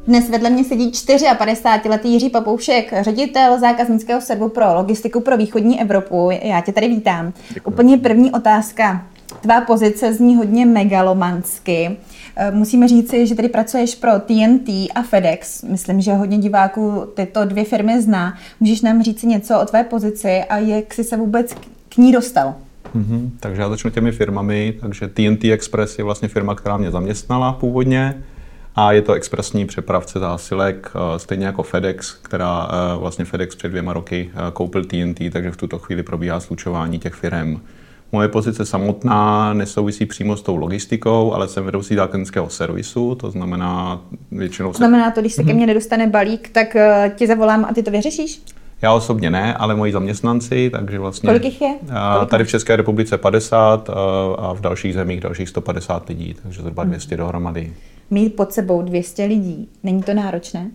Dnes vedle mě sedí 54letý Jiří Papoušek, ředitel zákaznického serveru pro logistiku pro východní Evropu. Já tě tady vítám. Děkuji. Úplně první otázka. Tvá pozice zní hodně megalomansky. Musíme říci, že tady pracuješ pro TNT a FedEx. Myslím, že hodně diváků tyto dvě firmy zná. Můžeš nám říct něco o tvé pozici a jak jsi se vůbec k ní dostal? Takže já začnu těmi firmami. Takže TNT Express je vlastně firma, která mě zaměstnala původně. A je to expresní přepravce zásilek, stejně jako FedEx, která vlastně FedEx před 2 roky koupil TNT, takže v tuto chvíli probíhá slučování těch firem. Moje pozice samotná nesouvisí přímo s tou logistikou, ale jsem vedoucí zákaznického servisu, to znamená většinou... To znamená to, když se ke mně nedostane balík, tak ti zavolám a ty to vyřešíš? Já osobně ne, ale moji zaměstnanci, takže vlastně... Kolik jich je? Tady v České republice 50 a v dalších zemích dalších 150 lidí, takže zhruba 200 dohromady. Mít pod sebou 200 lidí, není to náročné?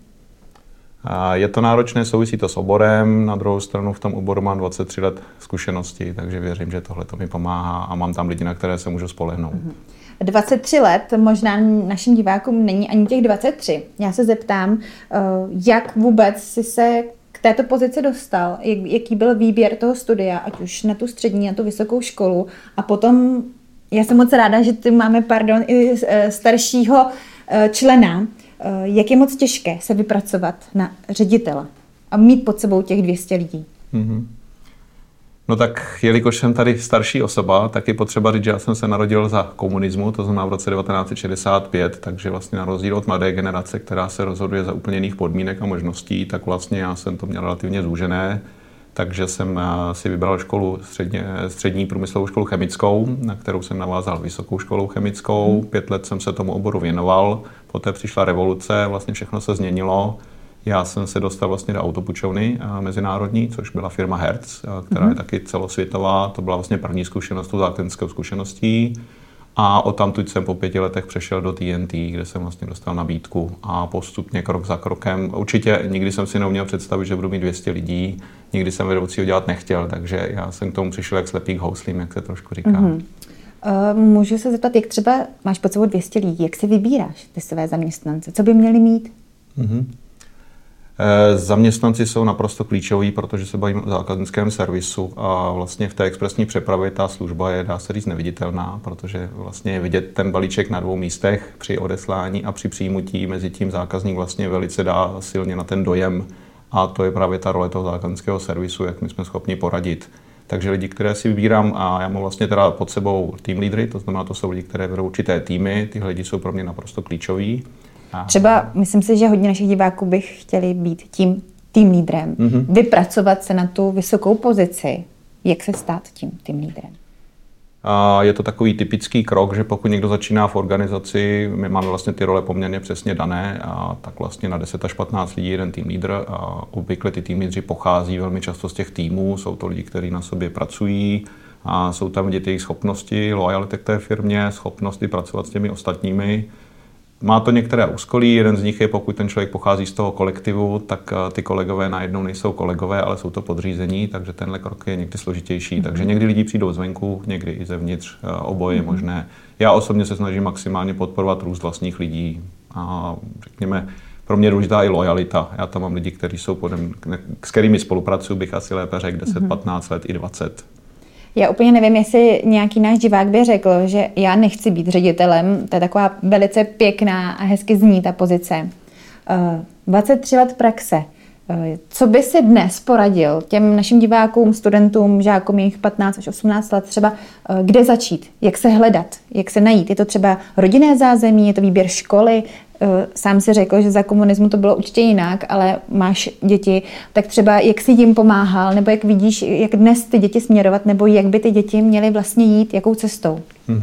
Je to náročné, souvisí to s oborem, na druhou stranu v tom oboru mám 23 let zkušenosti, takže věřím, že tohle to mi pomáhá a mám tam lidi, na které se můžu spolehnout. 23 let, možná našim divákům není ani těch 23. Já se zeptám, jak vůbec jsi se k této pozici dostal, jaký byl výběr toho studia, ať už na tu střední, na tu vysokou školu a potom, já jsem moc ráda, že tu máme, i staršího člena. Jak je moc těžké se vypracovat na ředitele a mít pod sebou těch 200 lidí? No tak, jelikož jsem tady starší osoba, tak je potřeba říct, že já jsem se narodil za komunismu, to znamená v roce 1965, takže vlastně na rozdíl od mladé generace, která se rozhoduje za úplně jiných podmínek a možností, tak vlastně já jsem to měl relativně zúžené, takže jsem si vybral střední průmyslovou školu chemickou, na kterou jsem navázal vysokou školou chemickou. 5 let jsem se tomu oboru věnoval, poté přišla revoluce, vlastně všechno se změnilo. Já jsem se dostal vlastně do autopučovny mezinárodní, což byla firma Hertz, která je taky celosvětová. To byla vlastně první zkušenost, tu zákaznickou zkušeností. A odtamtud jsem po 5 letech přešel do TNT, kde jsem vlastně dostal nabídku a postupně krok za krokem. Určitě nikdy jsem si neuměl představit, že budu mít 200 lidí, nikdy jsem vedoucího dělat nechtěl, takže já jsem k tomu přišel jak slepý k houslím, jak se trošku říká. Můžu se zeptat, jak třeba máš pod sebou 200 lidí, jak si vybíráš ty své zaměstnance, co by měli mít? Zaměstnanci jsou naprosto klíčoví, protože se bavíme o zákaznickém servisu a vlastně v té expresní přepravě ta služba je, dá se říct, neviditelná, protože vlastně je vidět ten balíček na 2 místech při odeslání a při přijímutí, mezi tím zákazník vlastně velice dá silně na ten dojem a to je právě ta role toho zákaznického servisu, jak my jsme schopni poradit. Takže lidi, které si vybírám a já mám vlastně teda pod sebou team lídry, to znamená, to jsou lidi, které vedou určité týmy, tyhle lidi jsou pro mě naprosto klíčoví. Třeba, myslím si, že hodně našich diváků by chtěli být tím tým lídrem, vypracovat se na tu vysokou pozici. Jak se stát tím tým lídrem? Je to takový typický krok, že pokud někdo začíná v organizaci, my máme vlastně ty role poměrně přesně dané, a tak vlastně na 10 až 15 lidí jeden tým lídr a obvykle ty tým lídři pochází velmi často z těch týmů, jsou to lidi, kteří na sobě pracují a jsou tam vidět jejich schopnosti, loajality k té firmě, schopnosti pracovat s těmi ostatními. Má to některé úskolí, jeden z nich je, pokud ten člověk pochází z toho kolektivu, tak ty kolegové najednou nejsou kolegové, ale jsou to podřízení, takže tenhle krok je někdy složitější. Takže někdy lidi přijdou zvenku, někdy i zevnitř, oboje je možné. Já osobně se snažím maximálně podporovat růst vlastních lidí a řekněme, pro mě je důležitá i loajalita. Já tam mám lidi, kteří jsou s kterými spolupracuju, bych asi lépe řekl 10, 15 let i 20. Já úplně nevím, jestli nějaký náš divák by řekl, že já nechci být ředitelem. To je taková velice pěkná a hezky zní ta pozice. 23 let praxe. Co by si dnes poradil těm našim divákům, studentům, žákům jejich 15 až 18 let třeba, kde začít, jak se hledat, jak se najít? Je to třeba rodinné zázemí, je to výběr školy? Sám si řekl, že za komunismu to bylo určitě jinak, ale máš děti, tak třeba jak jsi jim pomáhal, nebo jak vidíš, jak dnes ty děti směrovat, nebo jak by ty děti měly vlastně jít, jakou cestou?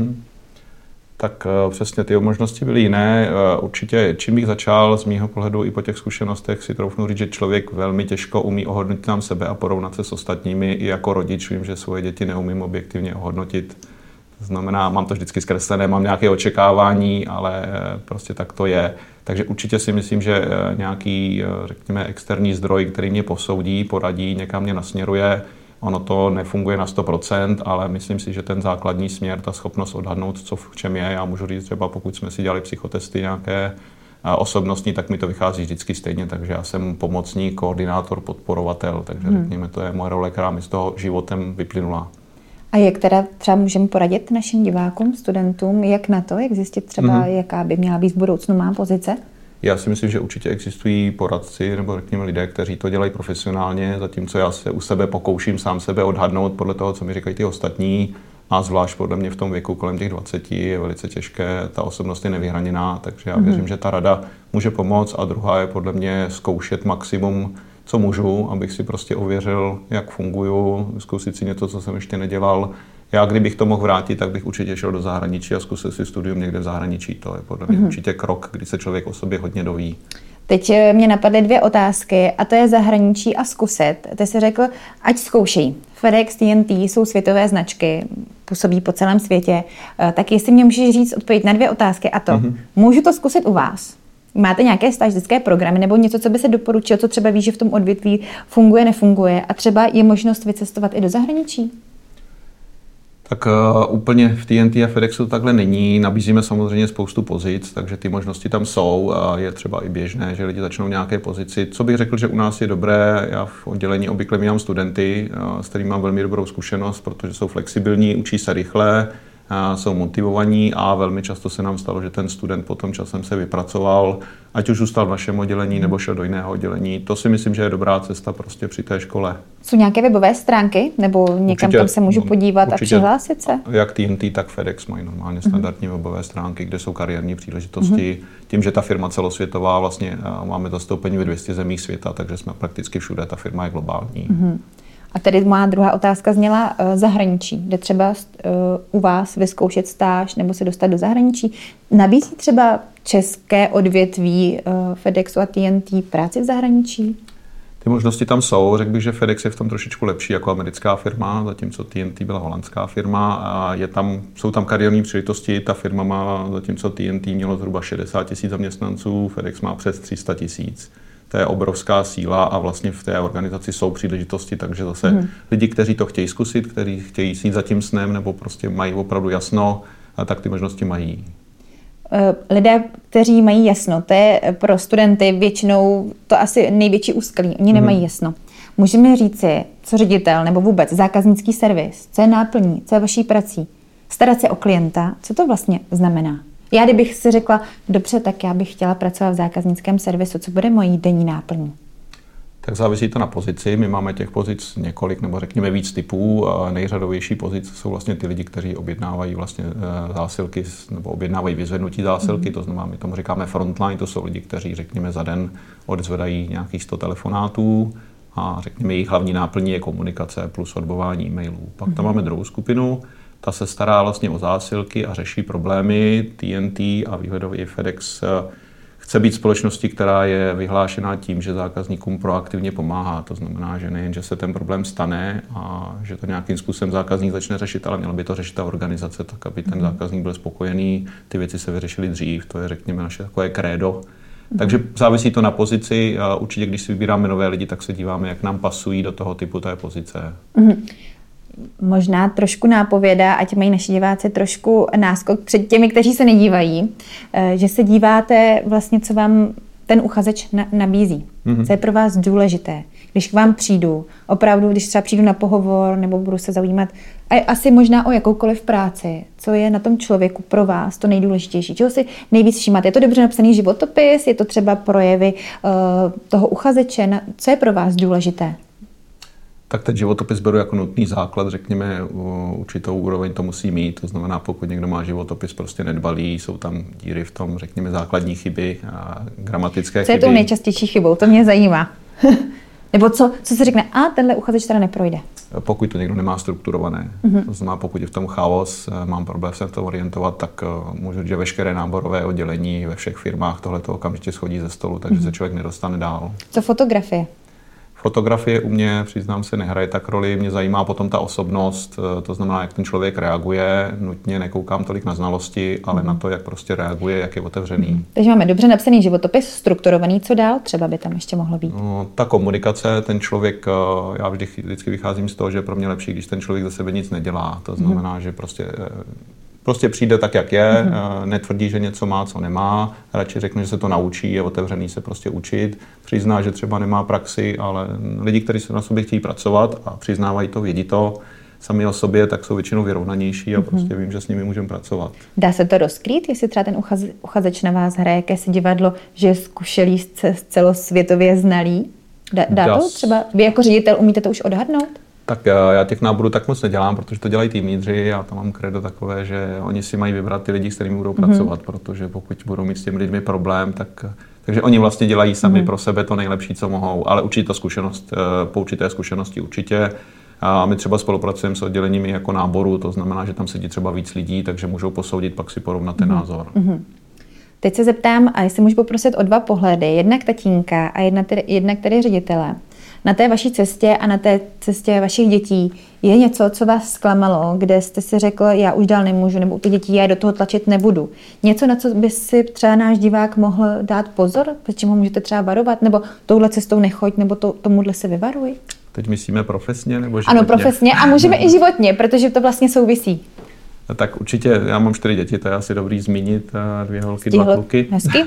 Tak přesně ty možnosti byly jiné. Určitě, čím bych začal z mýho pohledu i po těch zkušenostech si troufnu říct, že člověk velmi těžko umí ohodnotit nám sebe a porovnat se s ostatními. I jako rodič vím, že svoje děti neumím objektivně ohodnotit. To znamená, mám to vždycky zkreslené, mám nějaké očekávání, ale prostě tak to je. Takže určitě si myslím, že nějaký, řekněme, externí zdroj, který mě posoudí, poradí, někam mě nasměruje. Ono to nefunguje na 100%, ale myslím si, že ten základní směr, ta schopnost odhadnout, co v čem je, já můžu říct třeba, pokud jsme si dělali psychotesty nějaké, osobnostní, tak mi to vychází vždycky stejně, takže já jsem pomocník, koordinátor, podporovatel, takže řekněme, to je moje role, která mi z toho životem vyplynula. A jak teda třeba můžeme poradit našim divákům, studentům, jak na to, jak zjistit třeba, jaká by měla být v budoucnu má pozice? Já si myslím, že určitě existují poradci nebo řekněme lidé, kteří to dělají profesionálně, zatímco já se u sebe pokouším sám sebe odhadnout podle toho, co mi říkají ty ostatní. A zvlášť podle mě v tom věku kolem těch 20 je velice těžké, ta osobnost je nevyhraněná, takže já věřím, že ta rada může pomoct. A druhá je podle mě zkoušet maximum, co můžu, abych si prostě ověřil, jak funguju, zkusit si něco, co jsem ještě nedělal. Já kdybych to mohl vrátit, tak bych určitě šel do zahraničí a zkusil si studium někde v zahraničí. To je podle mě určitě krok, kdy se člověk o sobě hodně doví. Teď mě napadly 2 otázky a to je zahraničí a zkusit. Ty jsi řekl, ať zkoušejí. FedEx, TNT jsou světové značky, působí po celém světě. Tak jestli mě můžeš říct odpověď na 2 otázky a to, můžu to zkusit u vás? Máte nějaké stážistické programy nebo něco, co by se doporučil, co třeba víš, že v tom odvětví funguje, nefunguje a třeba je možnost vycestovat i do zahraničí? Tak úplně v TNT a FedExu takhle není. Nabízíme samozřejmě spoustu pozic, takže ty možnosti tam jsou. Je třeba i běžné, že lidi začnou nějaké pozici. Co bych řekl, že u nás je dobré, já v oddělení obvykle mívám studenty, s kterými mám velmi dobrou zkušenost, protože jsou flexibilní, učí se rychle, jsou motivovaní a velmi často se nám stalo, že ten student potom časem se vypracoval, ať už zůstal v našem oddělení nebo šel do jiného oddělení. To si myslím, že je dobrá cesta prostě při té škole. Jsou nějaké webové stránky nebo někam určitě, tam se můžu podívat a přihlásit se? Jak TNT, tak FedEx mají normálně standardní webové stránky, kde jsou kariérní příležitosti. Tím, že ta firma celosvětová, vlastně máme zastoupení ve 200 zemích světa, takže jsme prakticky všude, ta firma je globální. A tedy má druhá otázka zněla zahraničí, kde třeba u vás vyzkoušet stáž nebo se dostat do zahraničí. Nabízí třeba české odvětví FedExu a TNT práci v zahraničí? Ty možnosti tam jsou. Řekl bych, že FedEx je v tom trošičku lepší jako americká firma, zatímco TNT byla holandská firma a jsou tam kariérní příležitosti. Ta firma má, zatímco TNT mělo zhruba 60 000 zaměstnanců, FedEx má přes 300 000. To je obrovská síla a vlastně v té organizaci jsou příležitosti, takže zase lidi, kteří to chtějí zkusit, kteří chtějí jít za tím snem nebo prostě mají opravdu jasno, tak ty možnosti mají. Lidé, kteří mají jasno, to je pro studenty většinou to asi největší úskalí. Oni nemají jasno. Můžeme říci, co ředitel nebo vůbec zákaznický servis, co je náplní, co je vaší prací, starat se o klienta, co to vlastně znamená? Já kdybych si řekla, dobře, tak já bych chtěla pracovat v zákaznickém servisu, co bude mojí denní náplní? Tak závisí to na pozici. My máme těch pozic několik, nebo řekněme víc typů. Nejřadovější pozice jsou vlastně ty lidi, kteří objednávají vlastně zásilky nebo objednávají vyzvednutí zásilky, to znamená, my tomu říkáme frontline, to jsou lidi, kteří řekněme za den odzvedají nějakých 100 telefonátů a řekněme jejich hlavní náplní je komunikace plus odbování e-mailů. Pak tam máme druhou skupinu, ta se stará vlastně o zásilky a řeší problémy. TNT a výhledový FedEx chce být společností, která je vyhlášená tím, že zákazníkům proaktivně pomáhá. To znamená, že nejen, že se ten problém stane a že to nějakým způsobem zákazník začne řešit, ale měla by to řešit ta organizace tak, aby ten zákazník byl spokojený, ty věci se vyřešily dřív. To je, řekněme, naše takové krédo. Takže závisí to na pozici a určitě, když si vybíráme nové lidi, tak se díváme, jak nám pasují do toho typu té pozice. Možná trošku nápověda, ať mají naši diváci trošku náskok před těmi, kteří se nedívají, že se díváte vlastně, co vám ten uchazeč nabízí. Co je pro vás důležité. Když k vám přijdu, opravdu, když třeba přijdu na pohovor nebo budu se zaujímat asi možná o jakoukoliv práci, co je na tom člověku pro vás to nejdůležitější, čeho si nejvíc všímáte. Je to dobře napsaný životopis, je to třeba projevy toho uchazeče, co je pro vás důležité? Tak ten životopis beru jako nutný základ, řekněme, určitou úroveň to musí mít. To znamená, pokud někdo má životopis prostě nedbalý, jsou tam díry v tom, řekněme, základní chyby a gramatické chyby. Co je tou nejčastější chybou? To mě zajímá. Nebo co se řekne, tenhle uchazeč teda neprojde? Pokud to někdo nemá strukturované. To znamená, pokud je v tom chaos, mám problém se v tom orientovat, tak můžu říct, že veškeré náborové oddělení ve všech firmách tohle to okamžitě schodí ze stolu, takže se člověk nedostane dál. Co fotografie? Fotografie u mě, přiznám se, nehraje tak roli. Mě zajímá potom ta osobnost, to znamená, jak ten člověk reaguje. Nutně nekoukám tolik na znalosti, ale na to, jak prostě reaguje, jak je otevřený. Takže máme dobře napsaný životopis, strukturovaný, co dál třeba by tam ještě mohlo být? No, ta komunikace, ten člověk, já vždycky vycházím z toho, že je pro mě lepší, když ten člověk za sebe nic nedělá. To znamená, že prostě Prostě přijde tak, jak je, netvrdí, že něco má, co nemá, radši řekne, že se to naučí, je otevřený se prostě učit, přizná, že třeba nemá praxi, ale lidi, kteří se na sobě chtějí pracovat a přiznávají to, vědí to sami o sobě, tak jsou většinou vyrovnanější a prostě vím, že s nimi můžeme pracovat. Dá se to rozkrýt, jestli třeba ten uchazeč na vás hraje jakési divadlo, že je zkušelý, celosvětově znalý? Dá to třeba? Vy jako ředitel umíte to už odhadnout? Tak já těch náborů tak moc nedělám, protože to dělají tým lídři, já tam mám kredo takové, že oni si mají vybrat ty lidi, s kterými budou pracovat, protože pokud budou mít s těmi lidmi problém, takže oni vlastně dělají sami pro sebe to nejlepší, co mohou, ale určitě zkušenost, po určité zkušenosti určitě. A my třeba spolupracujeme s odděleními jako náboru, to znamená, že tam sedí třeba víc lidí, takže můžou posoudit, pak si porovnat ten názor. Teď se zeptám, a jestli můžu poprosit o dva pohledy, jednak tatínka a jednak tedy ředitele. Na té vaší cestě a na té cestě vašich dětí je něco, co vás zklamalo, kde jste si řekl, já už dál nemůžu, nebo u těch dětí já do toho tlačit nebudu. Něco, na co by si třeba náš divák mohl dát pozor, před čím ho můžete třeba varovat, nebo touhle cestou nechoď, nebo tomuhle se vyvaruj? Teď myslíme profesně nebo životně? Ano, profesně a můžeme i životně, protože to vlastně souvisí. Tak určitě, já mám 4 děti, to je asi dobrý zmínit, 2 holky, 2 kluky. Hezky.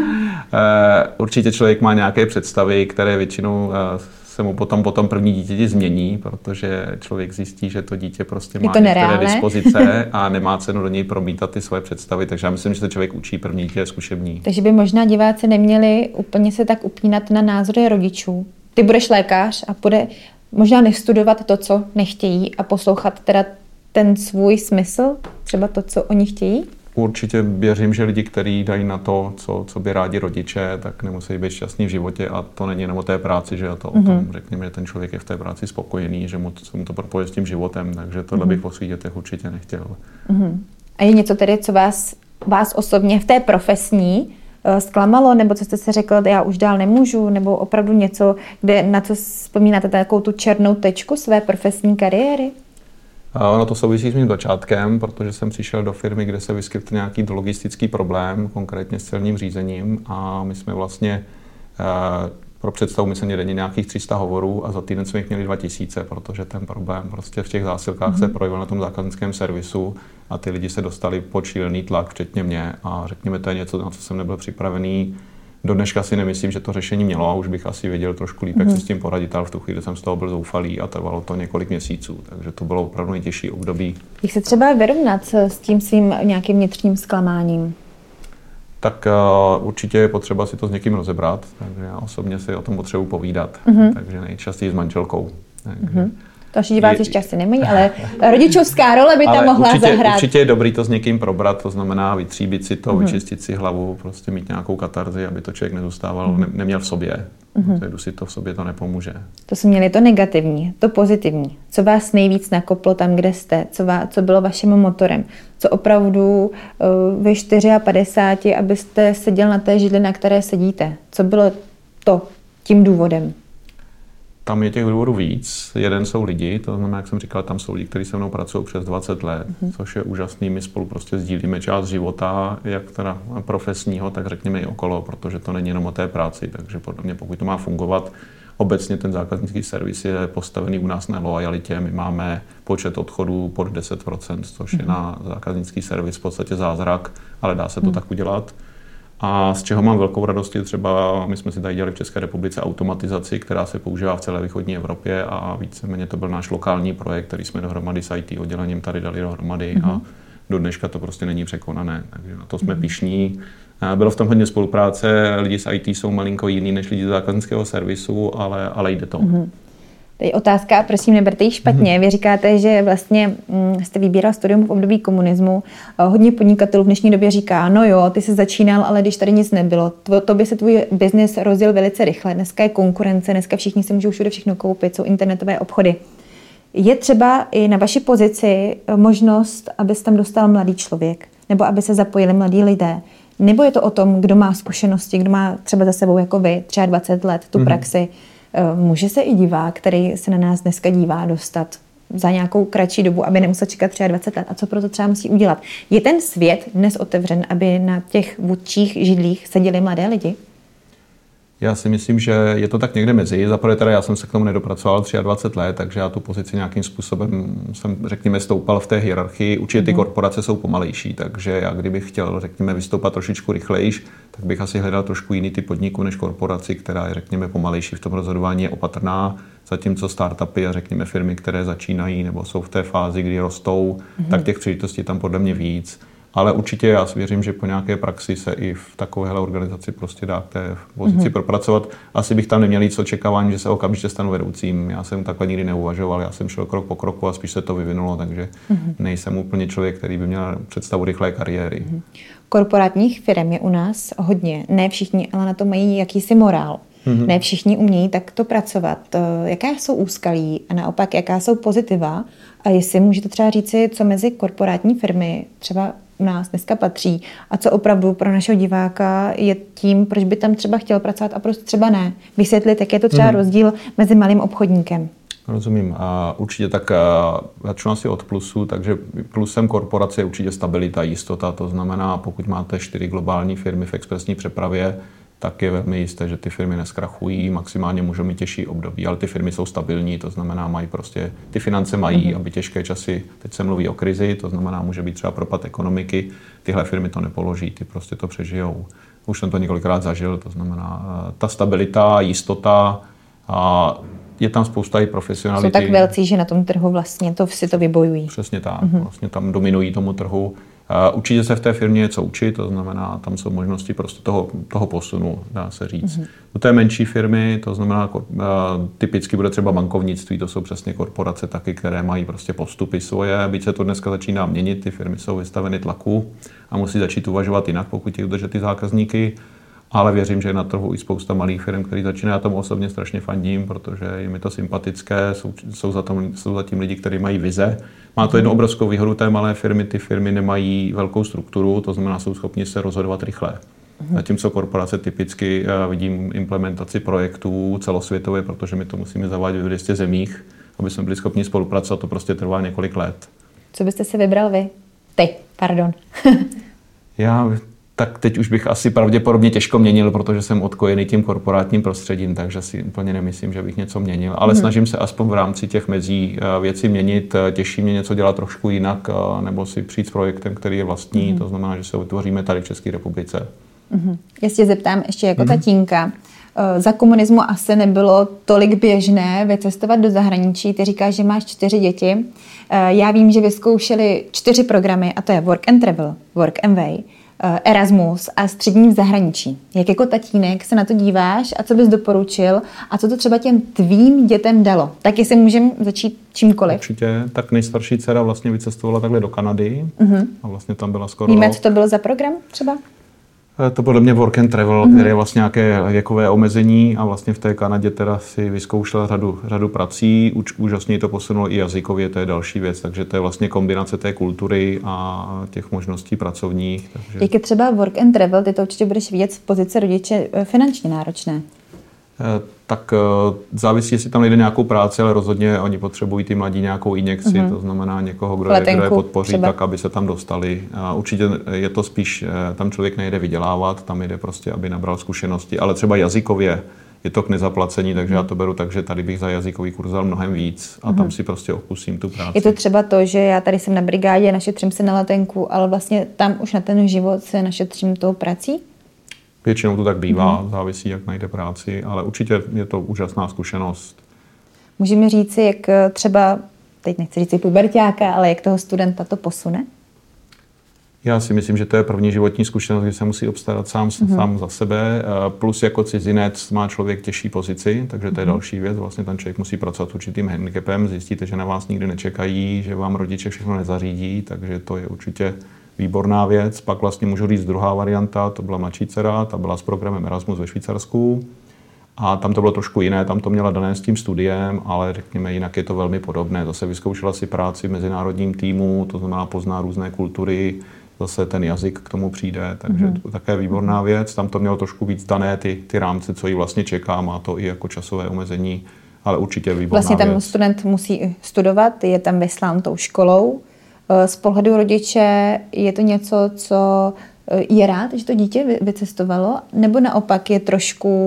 Určitě člověk má nějaké představy, které většinou se mu potom první dítěti změní, protože člověk zjistí, že to dítě prostě má některé dispozice a nemá cenu do něj promítat ty svoje představy, takže já myslím, že se člověk učí, první dítě je zkušební. Takže by možná diváci neměli úplně se tak upínat na názory rodičů. Ty budeš lékař a bude možná nestudovat to, co nechtějí a poslouchat teda ten svůj smysl, třeba to, co oni chtějí? Určitě věřím, že lidi, kteří dají na to, co by rádi rodiče, tak nemusí být šťastní v životě a to není jenom o té práci, že to o tom řekněme, že ten člověk je v té práci spokojený, že mu to propoje s tím životem, takže tohle bych po svých dětech určitě nechtěl. A je něco tedy, co vás osobně v té profesní zklamalo, nebo co jste si řekl, já už dál nemůžu, nebo opravdu něco, na co vzpomínáte takovou tu černou tečku své profesní kariéry? Ono to souvisí s mým začátkem, protože jsem přišel do firmy, kde se vyskytl nějaký logistický problém, konkrétně s celním řízením a my jsme vlastně pro představu my jsme měli denně nějakých 300 hovorů a za týden jsme jich měli 2000, protože ten problém prostě v těch zásilkách se projevil na tom zákaznickém servisu a ty lidi se dostali pod šílený tlak, včetně mě a řekněme, to je něco, na co jsem nebyl připravený. Do dneška si nemyslím, že to řešení mělo a už bych asi věděl trošku líp, jak si s tím poradit, ale v tu chvíli jsem z toho byl zoufalý a trvalo to několik měsíců, takže to bylo opravdu nejtěžší období. Jak se třeba vyrovnat s tím svým nějakým vnitřním zklamáním? Tak určitě je potřeba si to s někým rozebrat, takže já osobně si o tom potřebuji povídat, takže nejčastěji s manželkou. Takže Další diváci šťastně nemají, ale rodičovská role by tam mohla zahrát. Určitě je dobrý to s někým probrat, to znamená vytříbit si to, vyčistit si hlavu, prostě mít nějakou katarzi, aby to člověk nezůstával, neměl v sobě. Protože si to v sobě to nepomůže. To jsme měli to negativní, to pozitivní. Co vás nejvíc nakoplo tam, kde jste? Co bylo vaším motorem? Co opravdu ve 54, abyste seděl na té židli, na které sedíte? Co bylo tím důvodem? Tam je těch důvodů víc. Jeden jsou lidi, to znamená, jak jsem říkal, tam jsou lidi, kteří se mnou pracují přes 20 let, což je úžasný. My spolu prostě sdílíme část života, jak teda profesního, tak řekněme i okolo, protože to není jenom o té práci, takže podle mě, pokud to má fungovat, obecně ten zákaznický servis je postavený u nás na loajalitě. My máme počet odchodů pod 10%, což je na zákaznický servis v podstatě zázrak, ale dá se to tak udělat. A z čeho mám velkou radost je třeba, my jsme si tady dělali v České republice automatizaci, která se používá v celé východní Evropě a víceméně to byl náš lokální projekt, který jsme dohromady s IT oddělením tady dali dohromady a do dneška to prostě není překonané, takže na to jsme pyšní. Bylo v tom hodně spolupráce, lidi z IT jsou malinko jiný než lidi z zákaznického servisu, ale jde to. Tady otázka, prosím, neberte ji špatně. Vy říkáte, že vlastně jste vybíral studium v období komunismu. Hodně podnikatelů v dnešní době říká, no jo, ty jsi začínal, ale když tady nic nebylo. To by se tvůj biznis rozjel velice rychle. Dneska je konkurence, dneska všichni si můžou všude všechno koupit, jsou internetové obchody. Je třeba i na vaší pozici možnost, aby se tam dostal mladý člověk, nebo aby se zapojili mladí lidé? Nebo je to o tom, kdo má zkušenosti, kdo má třeba za sebou jako vy, 23 let, tu praxi? Může se i divák, který se na nás dneska dívá, dostat za nějakou kratší dobu, aby nemusel čekat 23 let? A co proto třeba musí udělat? Je ten svět dnes otevřen, aby na těch vůdčích židlích seděli mladé lidi? Já si myslím, že je to tak někde mezi. Zaprvé teda já jsem se k tomu nedopracoval 23 let, takže já tu pozici nějakým způsobem jsem, řekněme, stoupal v té hierarchii. Určitě ty korporace jsou pomalejší, takže já kdybych chtěl, řekněme, vystoupat trošičku rychlejš, tak bych asi hledal trošku jiný typ podniku než korporaci, která je, řekněme, pomalejší v tom rozhodování, je opatrná, zatímco startupy a, řekněme, firmy, které začínají nebo jsou v té fázi, kdy rostou, tak těch příležitostí tam podle mě víc. Ale určitě já si věřím, že po nějaké praxi se i v takovéhle organizaci prostě dá k té pozici propracovat. Asi bych tam neměl nic očekávání, že se okamžitě stanu vedoucím. Já jsem takhle nikdy neuvažoval, já jsem šel krok po kroku a spíš se to vyvinulo, takže nejsem úplně člověk, který by měl představu rychlé kariéry. Korporátních firm je u nás hodně. Ne všichni, ale na to mají jakýsi morál. Ne všichni umějí takto pracovat. Jaká jsou úskalí a naopak jaká jsou pozitiva? A jestli můžete třeba říci, co mezi korporátní firmy třeba u nás dneska patří a co opravdu pro našeho diváka je tím, proč by tam třeba chtěl pracovat a proč třeba ne. Vysvětlit, jak je to třeba rozdíl mezi malým obchodníkem. Rozumím. A určitě tak začnu asi od plusu, takže plusem korporace je určitě stabilita, jistota. To znamená, pokud máte 4 globální firmy v expresní přepravě, tak je velmi jisté, že ty firmy neskrachují, maximálně můžou mít těžší období, ale ty firmy jsou stabilní, to znamená, mají prostě, ty finance mají, aby těžké časy, teď se mluví o krizi, to znamená, může být třeba propad ekonomiky, tyhle firmy to nepoloží, ty prostě to přežijou. Už jsem to několikrát zažil, to znamená, ta stabilita, jistota, a je tam spousta i profesionality. Jsou tak velcí, že na tom trhu vlastně to si to vybojují. Přesně tak, vlastně tam dominují tomu trhu. Určitě se v té firmě něco učit, to znamená, tam jsou možnosti prostě toho posunu, dá se říct. U té menší firmy, to znamená, typicky bude třeba bankovnictví, to jsou přesně korporace taky, které mají prostě postupy svoje, byť se to dneska začíná měnit, ty firmy jsou vystaveny tlaku a musí začít uvažovat jinak, pokud chtějí udržet ty zákazníky. Ale věřím, že je na trhu i spousta malých firm, které začínají. Já tomu osobně strašně fandím, protože je mi to sympatické, jsou za tím lidi, kteří mají vize. Má to jednu obrovskou výhodu té malé firmy, ty firmy nemají velkou strukturu, to znamená, jsou schopni se rozhodovat rychle. Zatímco korporace typicky vidím implementaci projektů celosvětově, protože my to musíme zavádět v 200 zemích, aby jsme byli schopni spolupracovat, to prostě trvá několik let. Co byste si vybral vy? Pardon. Tak teď už bych asi pravděpodobně těžko měnil, protože jsem odkojený tím korporátním prostředím, takže si úplně nemyslím, že bych něco měnil. Ale snažím se aspoň v rámci těch mezí věci měnit. Těší mě něco dělat trošku jinak, nebo si přijít s projektem, který je vlastní. To znamená, že se utvoříme tady v České republice. Já se zeptám ještě jako tatínka. Za komunismu asi nebylo tolik běžné vycestovat do zahraničí. Ty říkáš, že máš 4 děti. Já vím, že vyzkoušeli 4 programy, a to je Work and Travel, Work and Way, Erasmus a střední v zahraničí. Jak jako tatínek se na to díváš a co bys doporučil a co to třeba těm tvým dětem dalo? Tak jestli můžeme začít čímkoliv. Určitě. Tak nejstarší dcera vlastně vycestovala takhle do Kanady a vlastně tam byla skoro... Víme, co to bylo za program třeba? To podle mě Work and Travel, který je vlastně nějaké věkové omezení a vlastně v té Kanadě teda si vyzkoušela řadu prací. Úžasně to posunulo i jazykově, to je další věc, takže to je vlastně kombinace té kultury a těch možností pracovních. Takže... Jak je třeba Work and Travel, ty to určitě budeš vidět z pozice rodiče finančně náročné. Tak závisí, jestli tam nejde nějakou práci, ale rozhodně oni potřebují ty mladí nějakou injekci, to znamená někoho, kdo je podpoří, třeba. Tak, aby se tam dostali. A určitě je to spíš, tam člověk nejde vydělávat, tam jde prostě, aby nabral zkušenosti, ale třeba jazykově je to k nezaplacení, takže já to beru tak, že tady bych za jazykový kurz dal mnohem víc a tam si prostě okusím tu práci. Je to třeba to, že já tady jsem na brigádě, našetřím se na letenku, ale vlastně tam už na ten život se našetřím tou prací? Většinou to tak bývá, závisí, jak najde práci, ale určitě je to úžasná zkušenost. Můžeme říci, jak třeba, teď nechci říct puberťáka, ale jak toho studenta to posune? Já si myslím, že to je první životní zkušenost, kdy se musí obstarat sám za sebe. Plus jako cizinec má člověk těžší pozici, takže to je další věc. Vlastně ten člověk musí pracovat s určitým handicapem, zjistíte, že na vás nikdy nečekají, že vám rodiče všechno nezařídí, takže to je určitě výborná věc. Pak vlastně můžu říct druhá varianta, to byla mladší dcera, ta byla s programem Erasmus ve Švýcarsku. A tam to bylo trošku jiné, tam to měla dané s tím studiem, ale řekněme, jinak je to velmi podobné. Zase vyzkoušela si práci v mezinárodním týmu, to znamená pozná různé kultury, zase ten jazyk k tomu přijde, takže to je také výborná věc. Tam to mělo trošku víc dané ty rámce, co jí vlastně čeká, má to i jako časové omezení, ale určitě výborná věc. Vlastně tam student musí studovat, je tam vyslán tou školou. Z pohledu rodiče je to něco, co je rád, že to dítě vycestovalo, nebo naopak je trošku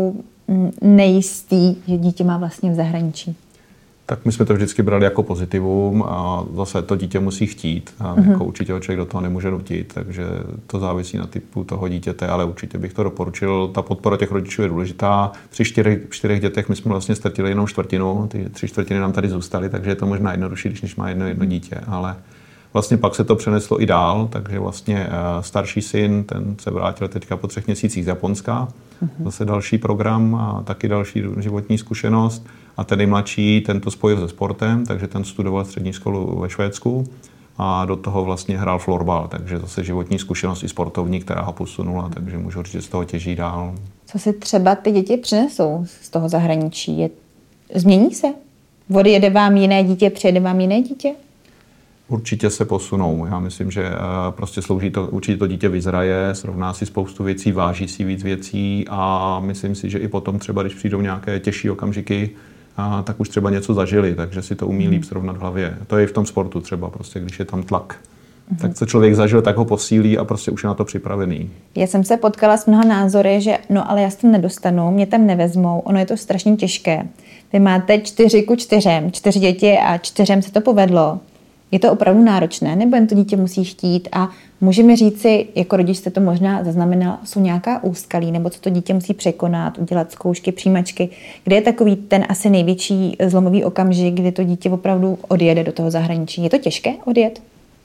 nejistý, že dítě má vlastně v zahraničí? Tak my jsme to vždycky brali jako pozitivum a zase to dítě musí chtít. A jako určitě ho člověk do toho nemůže nutit, takže to závisí na typu toho dítěte, ale určitě bych to doporučil. Ta podpora těch rodičů je důležitá. Při 4 dětech my jsme vlastně ztratili jenom čtvrtinu, ty 3/4 nám tady zůstaly, takže je to možná jednodušší, když má jedno dítě, ale vlastně pak se to přeneslo i dál, takže vlastně starší syn, ten se vrátil teďka po 3 měsících z Japonska. Zase další program a taky další životní zkušenost. A ten nejmladší, ten to spojil se sportem, takže ten studoval střední školu ve Švédsku a do toho vlastně hrál florbal, takže zase životní zkušenost i sportovní, která ho posunula, takže můžu říct, že z toho těží dál. Co si třeba ty děti přinesou z toho zahraničí? Změní se? Odjede vám jiné dítě, přijede vám jiné dítě? Určitě se posunou. Já myslím, že prostě slouží to, určitě to dítě vyzraje, srovná si spoustu věcí, váží si víc věcí a myslím si, že i potom třeba, když přijdou nějaké těžší okamžiky, tak už třeba něco zažili, takže si to umí líp srovnat v hlavě. To je i v tom sportu třeba, prostě, když je tam tlak. Tak co člověk zažil, tak ho posílí a prostě už je na to připravený. Já jsem se potkala s mnoha názory, že no ale já se tam nedostanu, mě tam nevezmou, ono je to strašně těžké. Vy máte 4:4, 4 děti a 4 se to povedlo. Je to opravdu náročné, nebo jen to dítě musí chtít a můžeme říci, jako rodič jste to možná zaznamenal, jsou nějaká úskalí, nebo co to dítě musí překonat, udělat zkoušky, přijímačky, kde je takový ten asi největší zlomový okamžik, kdy to dítě opravdu odjede do toho zahraničí. Je to těžké odjet?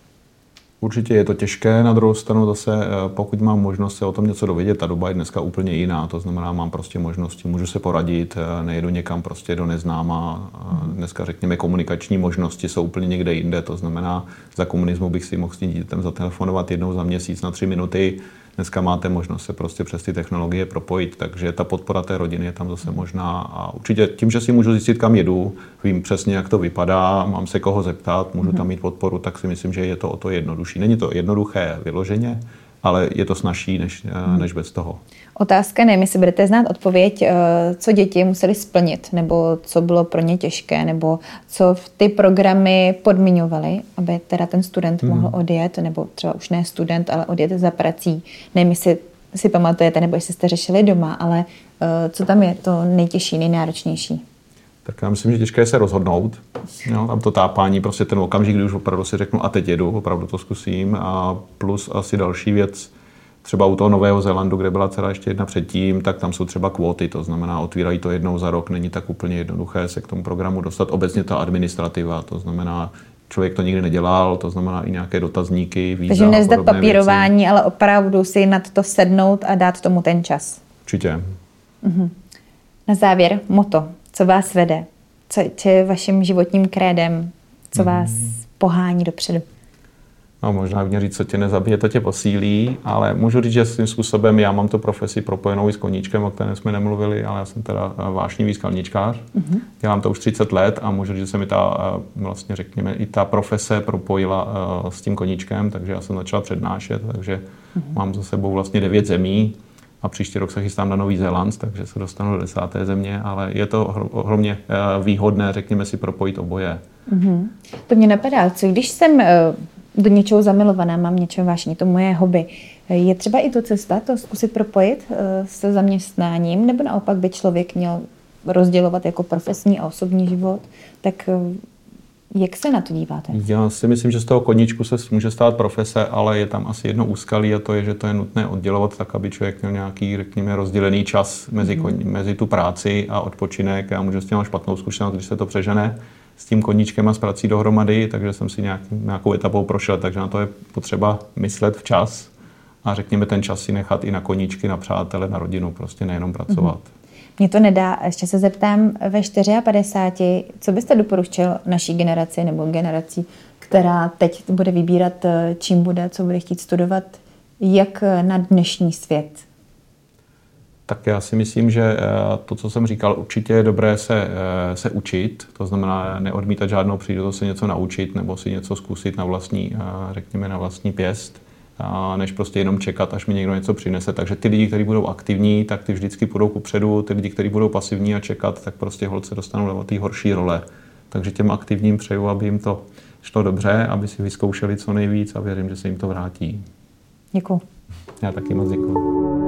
Určitě je to těžké, na druhou stranu zase, pokud mám možnost se o tom něco dovědět, ta doba je dneska úplně jiná, to znamená, mám prostě možnosti, můžu se poradit, nejedu někam prostě do neznáma, dneska řekněme komunikační možnosti jsou úplně někde jinde, to znamená, za komunismu bych si mohl s tím dítětem zatelefonovat jednou za měsíc na 3 minuty, dneska máte možnost se prostě přes ty technologie propojit, takže ta podpora té rodiny je tam zase možná a určitě tím, že si můžu zjistit, kam jedu, vím přesně, jak to vypadá, mám se koho zeptat, můžu tam mít podporu, tak si myslím, že je to o to jednodušší. Není to jednoduché vyloženě, ale je to snazší než bez toho. Otázka, nevím, jestli budete znát odpověď, co děti museli splnit, nebo co bylo pro ně těžké, nebo co ty programy podmiňovaly, aby teda ten student mohl odjet, nebo třeba už ne student, ale odjet za prací. Nevím, jestli si pamatujete, nebo jestli jste řešili doma, ale co tam je to nejtěžší, nejnáročnější? Tak já myslím, že těžké je se rozhodnout. Jo, tam to tápání, prostě ten okamžik, kdy už opravdu si řeknu a teď jedu, opravdu to zkusím. A plus asi další věc, třeba u toho Nového Zélandu, kde byla dcera ještě jedna předtím, tak tam jsou třeba kvóty, to znamená, otvírají to jednou za rok, není tak úplně jednoduché se k tomu programu dostat. Obecně ta administrativa, to znamená, člověk to nikdy nedělal, to znamená i nějaké dotazníky, víza. Takže nezdat papírování, věci. Ale opravdu si nad to sednout a dát tomu ten čas. Určitě. Na závěr motto. Co vás vede? Co je vaším životním krédem? Co vás pohání dopředu? No, možná mě říct, co tě nezabije, to tě posílí, ale můžu říct, že svým způsobem já mám tu profesi propojenou i s koníčkem, o kterém jsme nemluvili, ale já jsem teda vášnivý skalničkář. Dělám to už 30 let a můžu říct, že se mi vlastně řekněme, i ta profese propojila s tím koníčkem, takže já jsem začal přednášet, takže mám za sebou vlastně 9 zemí. A příští rok se chystám na Nový Zéland, takže se dostanu do 10. země, ale je to ohromně výhodné, řekněme si, propojit oboje. To mě napadá, co když jsem do něčeho zamilovaná, mám něčeho vášní, to moje hobby. Je třeba i to cesta, to zkusit propojit se zaměstnáním, nebo naopak by člověk měl rozdělovat jako profesní a osobní život, tak jak se na to díváte? Já si myslím, že z toho koníčku se může stát profese, ale je tam asi jedno úskalí a to je, že to je nutné oddělovat tak, aby člověk měl nějaký, řekněme, rozdělený čas mezi tu práci a odpočinek. Já můžu s tím špatnou zkušenost, když se to přežene s tím koníčkem a s prací dohromady, takže jsem si nějakou etapou prošel, takže na to je potřeba myslet včas a řekněme ten čas si nechat i na koníčky, na přátele, na rodinu, prostě nejenom pracovat. Mně to nedá. Ještě se zeptám, ve 54, co byste doporučil naší generaci nebo generaci, která teď bude vybírat, čím bude, co bude chtít studovat, jak na dnešní svět? Tak já si myslím, že to, co jsem říkal, určitě je dobré se učit, to znamená neodmítat žádnou příležitost se něco naučit nebo si něco zkusit na vlastní, řekněme, na vlastní pěst, než prostě jenom čekat, až mi někdo něco přinese. Takže ty lidi, kteří budou aktivní, tak ty vždycky půjdou kupředu, ty lidi, kteří budou pasivní a čekat, tak prostě holce dostanou do té horší role. Takže těm aktivním přeju, aby jim to šlo dobře, aby si vyzkoušeli co nejvíc a věřím, že se jim to vrátí. Děkuju. Já taky moc děkuju.